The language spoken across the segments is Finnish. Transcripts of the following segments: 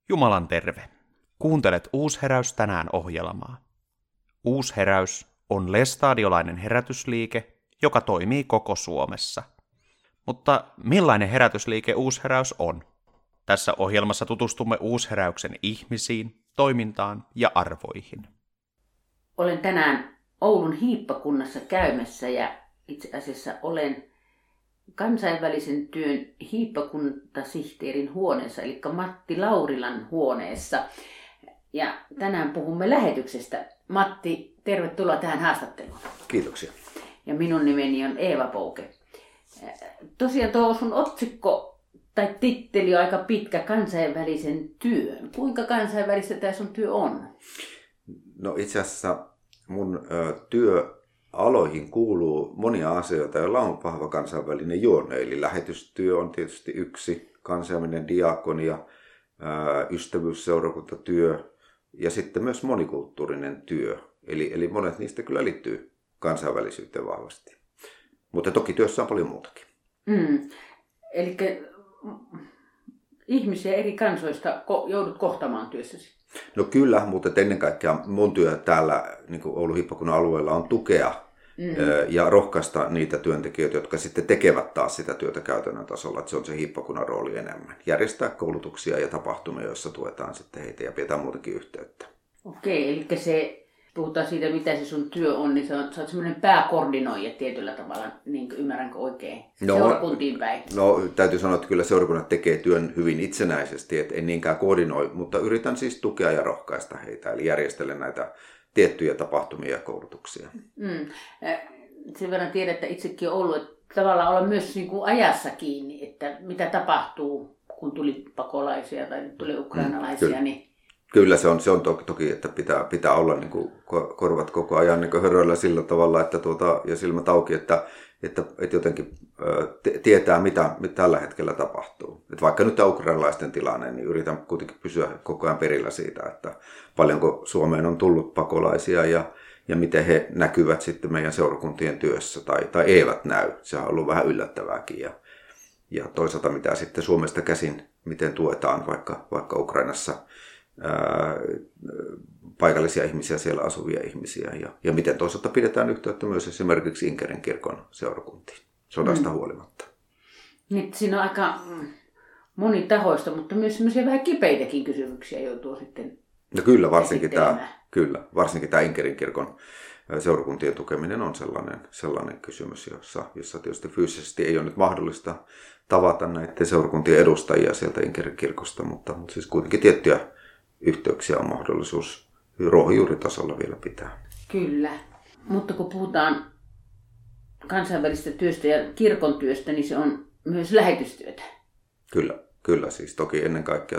Jumalan terve. Kuuntelet Uusheräys tänään -ohjelmaa. Uusheräys on lestadiolainen herätysliike, joka toimii koko Suomessa. Mutta millainen herätysliike Uusheräys on? Tässä ohjelmassa tutustumme Uusheräyksen ihmisiin, toimintaan ja arvoihin. Olen tänään Oulun hiippakunnassa käymässä ja itse asiassa olen kansainvälisen työn hiippakuntasihteerin huoneessa, eli Matti Laurilan huoneessa. Ja tänään puhumme lähetyksestä. Matti, tervetuloa tähän haastatteluun. Kiitoksia. Ja minun nimeni on Eeva Pouke. Tosiaan tuo sun otsikko tai titteli on aika pitkä, kansainvälisen työn. Kuinka kansainvälistä tämä sun työ on? No itse asiassa mun työaloihin kuuluu monia asioita, joilla on vahva kansainvälinen juonne. Eli lähetystyö on tietysti yksi, kansainvälinen diakonia, ystävyysseurakuntatyö ja sitten myös monikulttuurinen työ. Eli monet niistä kyllä liittyy kansainvälisyyteen vahvasti. Mutta toki työssä on paljon muutakin. Eli ihmisiä eri kansoista joudut kohtaamaan työssäsi? No kyllä, mutta ennen kaikkea mun työ täällä niin kuin Oulun hiippakunnan alueella on tukea ja rohkaista niitä työntekijöitä, jotka sitten tekevät taas sitä työtä käytännön tasolla. Että se on se hiippakunnan rooli enemmän. Järjestää koulutuksia ja tapahtumia, joissa tuetaan sitten heitä ja pidetään muutenkin yhteyttä. Okei, eli puhutaan siitä, mitä se sun työ on, niin sä oot semmoinen pääkoordinoija tietyllä tavalla, niin ymmärränkö oikein, seurakuntiin päin? No täytyy sanoa, että kyllä seurakunnat tekee työn hyvin itsenäisesti, että en niinkään koordinoi, mutta yritän siis tukea ja rohkaista heitä, eli järjestelen näitä tiettyjä tapahtumia ja koulutuksia. Sen verran tiedän, että itsekin on ollut, että tavallaan olla myös niin kuin ajassa kiinni, että mitä tapahtuu, kun tuli pakolaisia tai tuli ukrainalaisia, niin... Kyllä se on toki, että pitää olla niin kuin korvat koko ajan niin kuin höröillä sillä tavalla että ja silmät auki, että jotenkin tietää, mitä tällä hetkellä tapahtuu. Et vaikka nyt tämä ukrainalaisten tilanne, niin yritän kuitenkin pysyä koko ajan perillä siitä, että paljonko Suomeen on tullut pakolaisia ja miten he näkyvät sitten meidän seurakuntien työssä tai eivät näy. Se on ollut vähän yllättävääkin ja toisaalta mitä sitten Suomesta käsin, miten tuetaan vaikka Ukrainassa paikallisia ihmisiä, siellä asuvia ihmisiä ja miten toisaalta pidetään yhteyttä myös esimerkiksi Inkerin kirkon seurakuntiin sodasta huolimatta. Nyt siinä on aika monitahoista, mutta myös sellaisia vähän kipeitäkin kysymyksiä joutuu sitten. No kyllä, varsinkin tämä Inkerin kirkon seurakuntien tukeminen on sellainen kysymys, jossa tietysti fyysisesti ei ole nyt mahdollista tavata näiden seurakuntien edustajia sieltä Inkerin kirkosta, mutta siis kuitenkin tiettyjä yhteyksiä on mahdollisuus ruohonjuuritasolla vielä pitää. Kyllä, mutta kun puhutaan kansainvälistä työstä ja kirkon työstä, niin se on myös lähetystyötä. Kyllä siis toki ennen kaikkea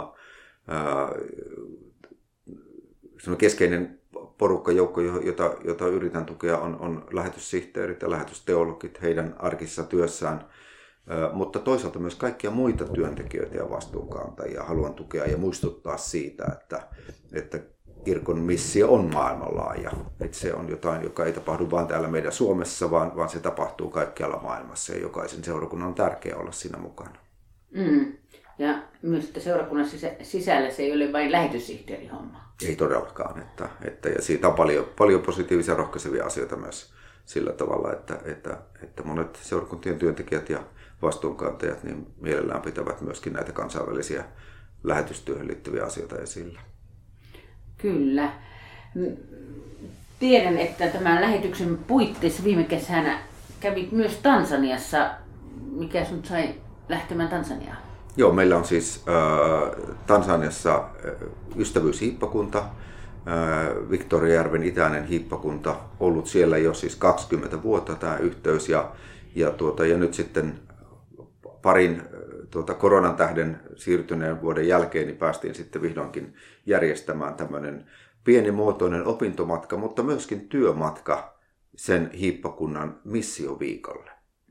keskeinen porukkajoukko, jota yritän tukea, on lähetyssihteerit ja lähetysteologit heidän arkisessa työssään. Mutta toisaalta myös kaikkia muita työntekijöitä ja vastuunkantajia haluan tukea ja muistuttaa siitä, että kirkon missio on maailmanlaaja. Että se on jotain, joka ei tapahdu vain täällä meidän Suomessa, vaan se tapahtuu kaikkialla maailmassa ja jokaisen seurakunnan on tärkeää olla siinä mukana. Ja myös että seurakunnan sisällä se ei ole vain lähetyssihteerin homma. Ei todellakaan. Ja siitä on paljon positiivisia rohkaisevia asioita myös sillä tavalla, että monet seurakuntien työntekijät ja vastuunkantajat niin mielellään pitävät myöskin näitä kansainvälisiä lähetystyöhön liittyviä asioita esillä. Kyllä. Tiedän, että tämän lähetyksen puitteissa viime kesänä kävit myös Tansaniassa. Mikä sinut sai lähtemään Tansaniaan? Joo, meillä on siis Tansaniassa ystävyyshiippakunta, Victoriajärven itäinen hiippakunta, ollut siellä jo siis 20 vuotta tämä yhteys ja nyt sitten parin koronan tähden siirtyneen vuoden jälkeen niin päästiin sitten vihdoinkin järjestämään tämmöinen pienimuotoinen opintomatka, mutta myöskin työmatka sen hiippakunnan missioviikolle.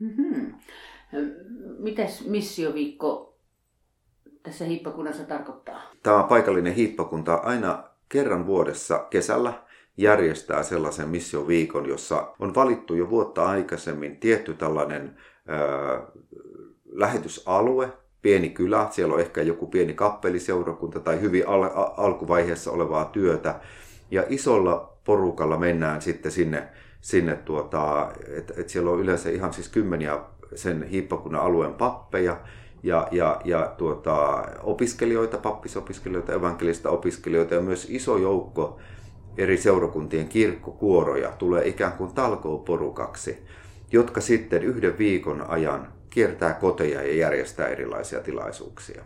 Mitäs missioviikko tässä hiippakunnassa tarkoittaa? Tämä paikallinen hiippakunta aina kerran vuodessa kesällä järjestää sellaisen missioviikon, jossa on valittu jo vuotta aikaisemmin tietty tällainen lähetysalue, pieni kylä, siellä on ehkä joku pieni kappeliseurakunta tai hyvin alkuvaiheessa olevaa työtä. Ja isolla porukalla mennään sitten sinne että siellä on yleensä ihan siis kymmeniä sen hiippakunnan alueen pappeja ja opiskelijoita, pappisopiskelijoita, evankelista opiskelijoita ja myös iso joukko eri seurakuntien kirkkokuoroja tulee ikään kuin talkooporukaksi, jotka sitten 1 viikon ajan kiertää koteja ja järjestää erilaisia tilaisuuksia.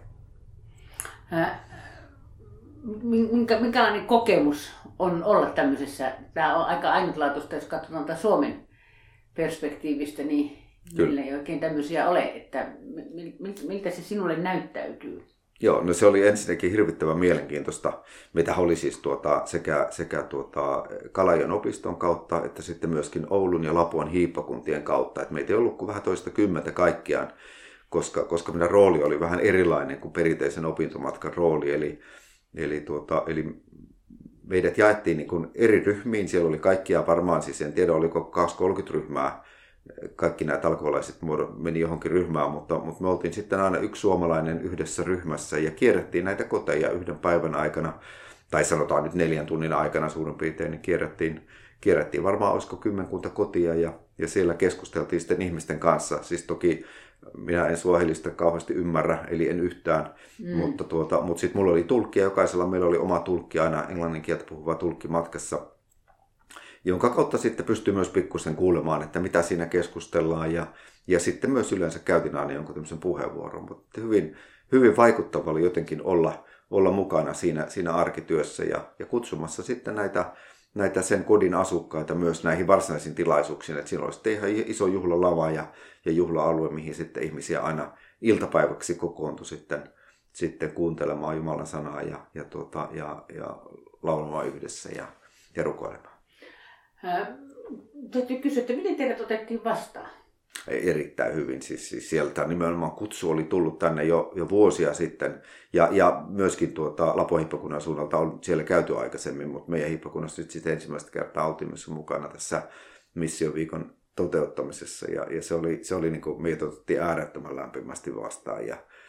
Minkälainen kokemus on olla tämmöisessä? Tämä on aika ainutlaatuista, jos katsotaan Suomen perspektiivistä, niin meillä ei oikein tämmöisiä ole, että miltä se sinulle näyttäytyy? Joo, no se oli ensinnäkin hirvittävän mielenkiintoista, mitä oli siis sekä Kalajoen opiston kautta, että sitten myöskin Oulun ja Lapuan hiippakuntien kautta. Et meitä ei ollut kuin vähän toista 10 kaikkiaan, koska meidän rooli oli vähän erilainen kuin perinteisen opintomatkan rooli. Eli meidät jaettiin niin kuin eri ryhmiin, siellä oli kaikkia varmaan, siis en tiedä oliko 20-30 ryhmää, kaikki nämä talkoolaiset meni johonkin ryhmään, mutta me oltiin sitten aina yksi suomalainen yhdessä ryhmässä ja kierrettiin näitä koteja 1 päivän aikana, tai sanotaan nyt 4 tunnin aikana suurin piirtein, niin kierrettiin varmaan olisiko 10 kotia ja siellä keskusteltiin sitten ihmisten kanssa. Siis toki minä en suahilista kauheasti ymmärrä, eli en yhtään, mutta sitten mulla oli tulkki ja jokaisella meillä oli oma tulkki, aina englannin kieltä puhuva tulkki matkassa, jonka kautta sitten pystyy myös pikkusen kuulemaan, että mitä siinä keskustellaan ja sitten myös yleensä käytin aina jonkun tämmöisen puheenvuoron, mutta hyvin vaikuttava oli jotenkin olla mukana siinä arkityössä ja kutsumassa sitten näitä sen kodin asukkaita myös näihin varsinaisiin tilaisuuksiin, että siinä oli sitten ihan iso juhlalava ja juhla-alue, mihin sitten ihmisiä aina iltapäiväksi kokoontui sitten kuuntelemaan Jumalan sanaa ja laulamaan yhdessä ja rukoilemaan. Täytyy kysyä, että miten teidät otettiin vastaan? Erittäin hyvin. Siis sieltä nimenomaan kutsu oli tullut tänne jo vuosia sitten. Ja myöskin Lapuan hiippakunnan suunnalta on siellä käyty aikaisemmin, mutta meidän hiippakunnassa nyt sitten ensimmäistä kertaa oltiin myös mukana tässä missioviikon toteuttamisessa. Ja se oli niin kuin meitä otettiin äärettömän lämpimästi vastaan.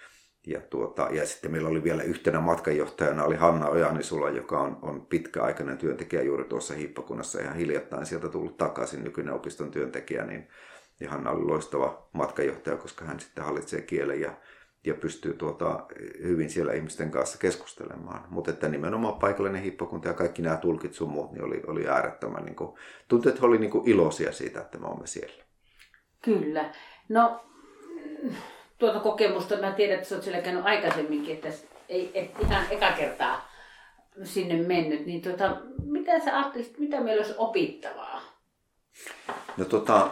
Ja sitten meillä oli vielä yhtenä matkanjohtajana oli Hanna Ojanisula, joka on pitkäaikainen työntekijä juuri tuossa hiippakunnassa. Ihan hiljattain sieltä tullut takaisin nykyinen opiston työntekijä, niin Hanna oli loistava matkanjohtaja, koska hän sitten hallitsee kielen ja pystyy hyvin siellä ihmisten kanssa keskustelemaan. Mutta että nimenomaan paikallinen hiippakunta ja kaikki nämä tulkit sun muut niin oli äärettömän, niin tuntui, että he oli niin iloisia siitä, että me olemme siellä. Kyllä. No, tuota kokemusta, mä tiedän, että sä oot siellä käynyt aikaisemminkin, että et ihan eka kertaa sinne mennyt, niin mitä sä ajattelit, mitä meillä olisi opittavaa? No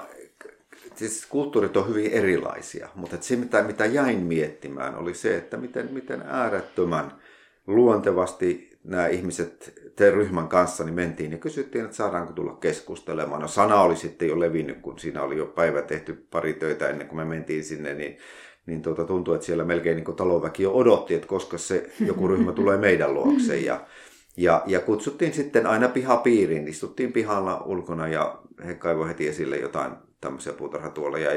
siis kulttuurit on hyvin erilaisia, mutta se mitä jäin miettimään oli se, että miten äärettömän luontevasti nämä ihmiset ryhmän kanssa niin mentiin ja kysyttiin, että saadaanko tulla keskustelemaan. No sana oli sitten jo levinnyt, kun siinä oli jo päivä tehty pari töitä ennen kuin me mentiin sinne, niin tuntui, että siellä melkein niin talonväki jo odotti, että koska se joku ryhmä tulee meidän luokse. Ja kutsuttiin sitten aina pihapiiriin, istuttiin pihalla ulkona ja he kaivoivat heti esille jotain tämmöisiä puutarhatuoleja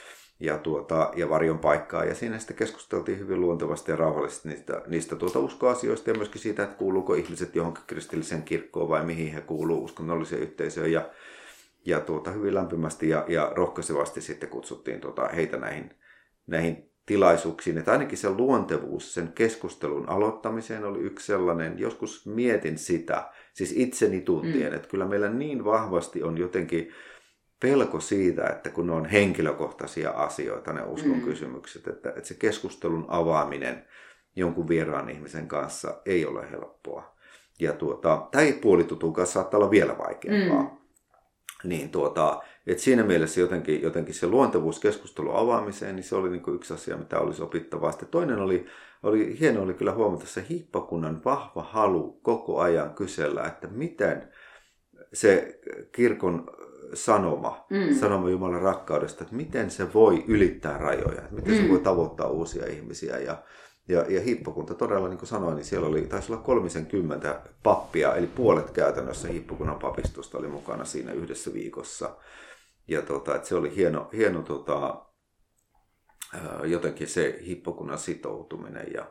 ja varjon paikkaa. Ja siinä sitten keskusteltiin hyvin luontevasti ja rauhallisesti niistä uskoasioista ja myöskin siitä, että kuuluuko ihmiset johonkin kristilliseen kirkkoon vai mihin he kuuluu uskonnolliseen yhteisöön. Ja hyvin lämpimästi ja rohkaisevasti sitten kutsuttiin heitä näihin tilaisuuksiin. Että ainakin se luontevuus sen keskustelun aloittamiseen oli yksi sellainen, joskus mietin sitä, siis itseni tuntien, että kyllä meillä niin vahvasti on jotenkin pelko siitä, että kun ne on henkilökohtaisia asioita, ne uskon kysymykset, että se keskustelun avaaminen jonkun vieraan ihmisen kanssa ei ole helppoa. Ja tai puolitutun kanssa saattaa olla vielä vaikeampaa. Niin että siinä mielessä jotenkin se luontevuus keskustelun avaamiseen, niin se oli niin kuin yksi asia, mitä olisi opittavaa. Sitten toinen hieno oli kyllä huomata se hiippakunnan vahva halu koko ajan kysellä, että miten se kirkon sanoma Jumalan rakkaudesta, että miten se voi ylittää rajoja, että miten se voi tavoittaa uusia ihmisiä. Ja hiippakunta todella, niin kuin sanoin, niin siellä taisi olla 30 pappia, eli puolet käytännössä hiippakunnan papistosta oli mukana siinä yhdessä viikossa. Ja että se oli hieno jotenkin se hippokunnan sitoutuminen ja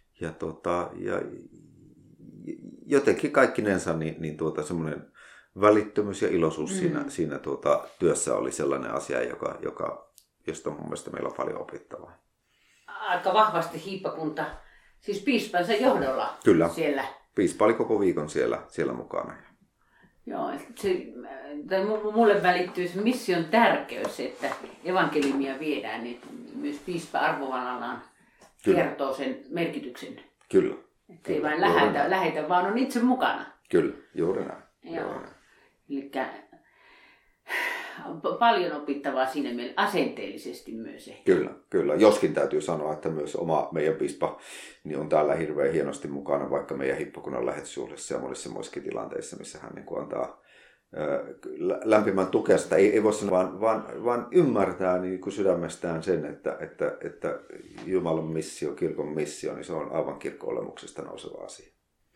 jotenkin kaikkinensa niin semmoinen välittömyys ja iloisuus siinä työssä oli sellainen asia, josta mun mielestä meillä on paljon opittavaa. Aika vahvasti hiippakunta, siis piispansa johdolla. Kyllä. Siellä. Piispa oli koko viikon siellä mukana. Joo, mulle välittyy se mission tärkeys, että evankeliumia viedään, niin myös piispa arvovallallaan kertoo sen merkityksen. Kyllä. Että ei vain lähetä, vaan on itse mukana. Kyllä, juuri näin. Joo. Elikkä paljon opittavaa siinä mielessä, asenteellisesti myös ehkä. Kyllä. Joskin täytyy sanoa, että myös meidän piispa niin on täällä hirveän hienosti mukana, vaikka meidän hippokunnan lähetysjuhlissa ja monissa muissakin tilanteissa, missä hän niin kuin antaa lämpimän tukea sitä. Ei voi sanoa, vaan ymmärtää niin kuin sydämestään sen, että Jumalan missio, kirkon missio, niin se on aivan kirkko-olemuksesta nouseva asia.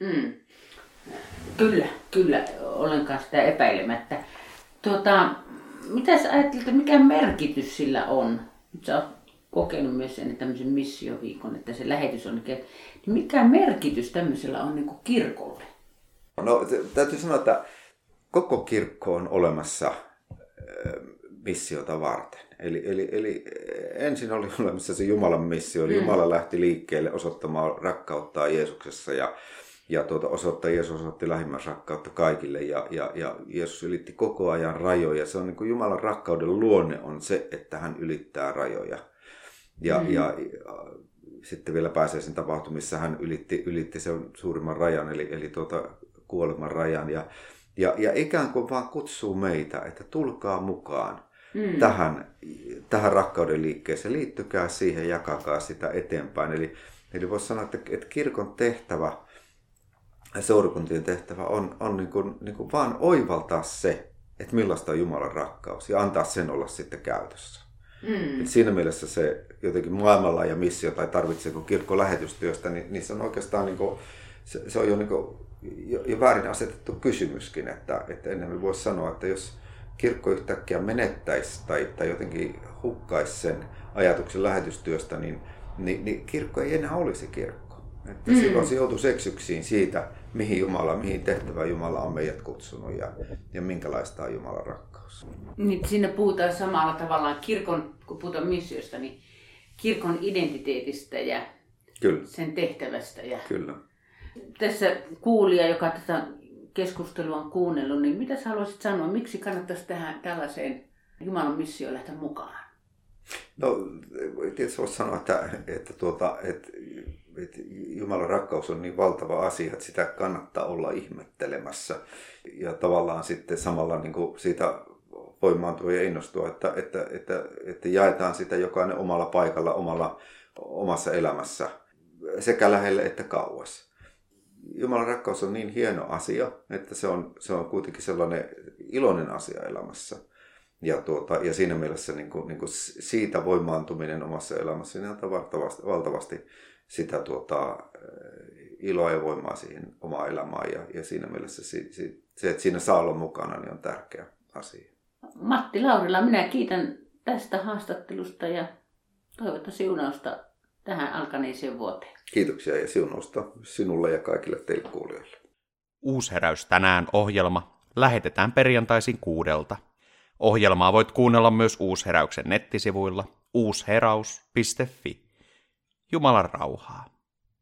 Kyllä, ollenkaan sitä epäilemättä. Mitä sä ajattelet, mikä merkitys sillä on? Nyt sä oot kokenut myös sen tämmöisen missioviikon, että se lähetys on. Niin mikä merkitys tämmöisellä on niin kuin kirkolle? No täytyy sanoa, että koko kirkko on olemassa missiota varten. Eli ensin oli olemassa se Jumalan missio, eli Jumala lähti liikkeelle osoittamaan rakkauttaa Jeesuksessa ja Jeesus osoitti lähimmäisrakkautta kaikille ja Jeesus ylitti koko ajan rajoja. Se on niin kuin Jumalan rakkauden luonne on se, että hän ylittää rajoja. Ja sitten vielä pääsiäisen tapahtumissa hän ylitti sen suurimman rajan, eli kuoleman rajan. Ja ikään kuin vaan kutsuu meitä, että tulkaa mukaan tähän rakkauden liikkeeseen. Liittykää siihen, jakakaa sitä eteenpäin. Eli voisi sanoa, että kirkon tehtävä, seurakuntien tehtävä on niin kuin vaan oivaltaa se, että millaista on Jumalan rakkaus ja antaa sen olla sitten käytössä. Siinä mielessä se jotenkin maailmanlaaja missio tai tarvitseeko kirkko lähetystyöstä, niin se on oikeastaan niin kuin, se on jo, niin kuin, jo väärin asetettu kysymyskin, että enemmän voisi sanoa, että jos kirkko yhtäkkiä menettäisi tai jotenkin hukkaisi sen ajatuksen lähetystyöstä, niin kirkko ei enää olisi kirkko. Että silloin se joutuisi eksyksiin siitä, mihin tehtävään Jumala on meidät kutsunut ja minkälaista on Jumalan rakkaus. Niin, siinä puhutaan samalla tavalla kun puhutaan missiosta, niin kirkon identiteetistä ja sen tehtävästä. Ja Kyllä. Tässä kuulija, joka tätä keskustelua on kuunnellut, niin mitä sä haluaisit sanoa, miksi kannattaisi tällaiseen Jumalan missioon lähteä mukaan? No, tietysti voisi sanoa, että Jumalan rakkaus on niin valtava asia, että sitä kannattaa olla ihmettelemässä. Ja tavallaan sitten samalla niin kuin siitä voimaantua ja innostua, että jaetaan sitä jokainen omalla paikalla, omassa elämässä, sekä lähelle että kauas. Jumalan rakkaus on niin hieno asia, että se on kuitenkin sellainen iloinen asia elämässä. Ja siinä mielessä niin kuin siitä voimaantuminen omassa elämässä niin antaa valtavasti sitä iloa ja voimaa siihen omaan elämään. Ja siinä mielessä se, että siinä saa olla mukana, niin on tärkeä asia. Matti Laurila, minä kiitän tästä haastattelusta ja toivotan siunausta tähän alkaneeseen vuoteen. Kiitoksia ja siunausta sinulle ja kaikille teille kuulijoille. Uusheräys tänään -ohjelma lähetetään perjantaisin 6. Ohjelmaa voit kuunnella myös Uusheräyksen nettisivuilla uusheraus.fi. Jumalan rauhaa.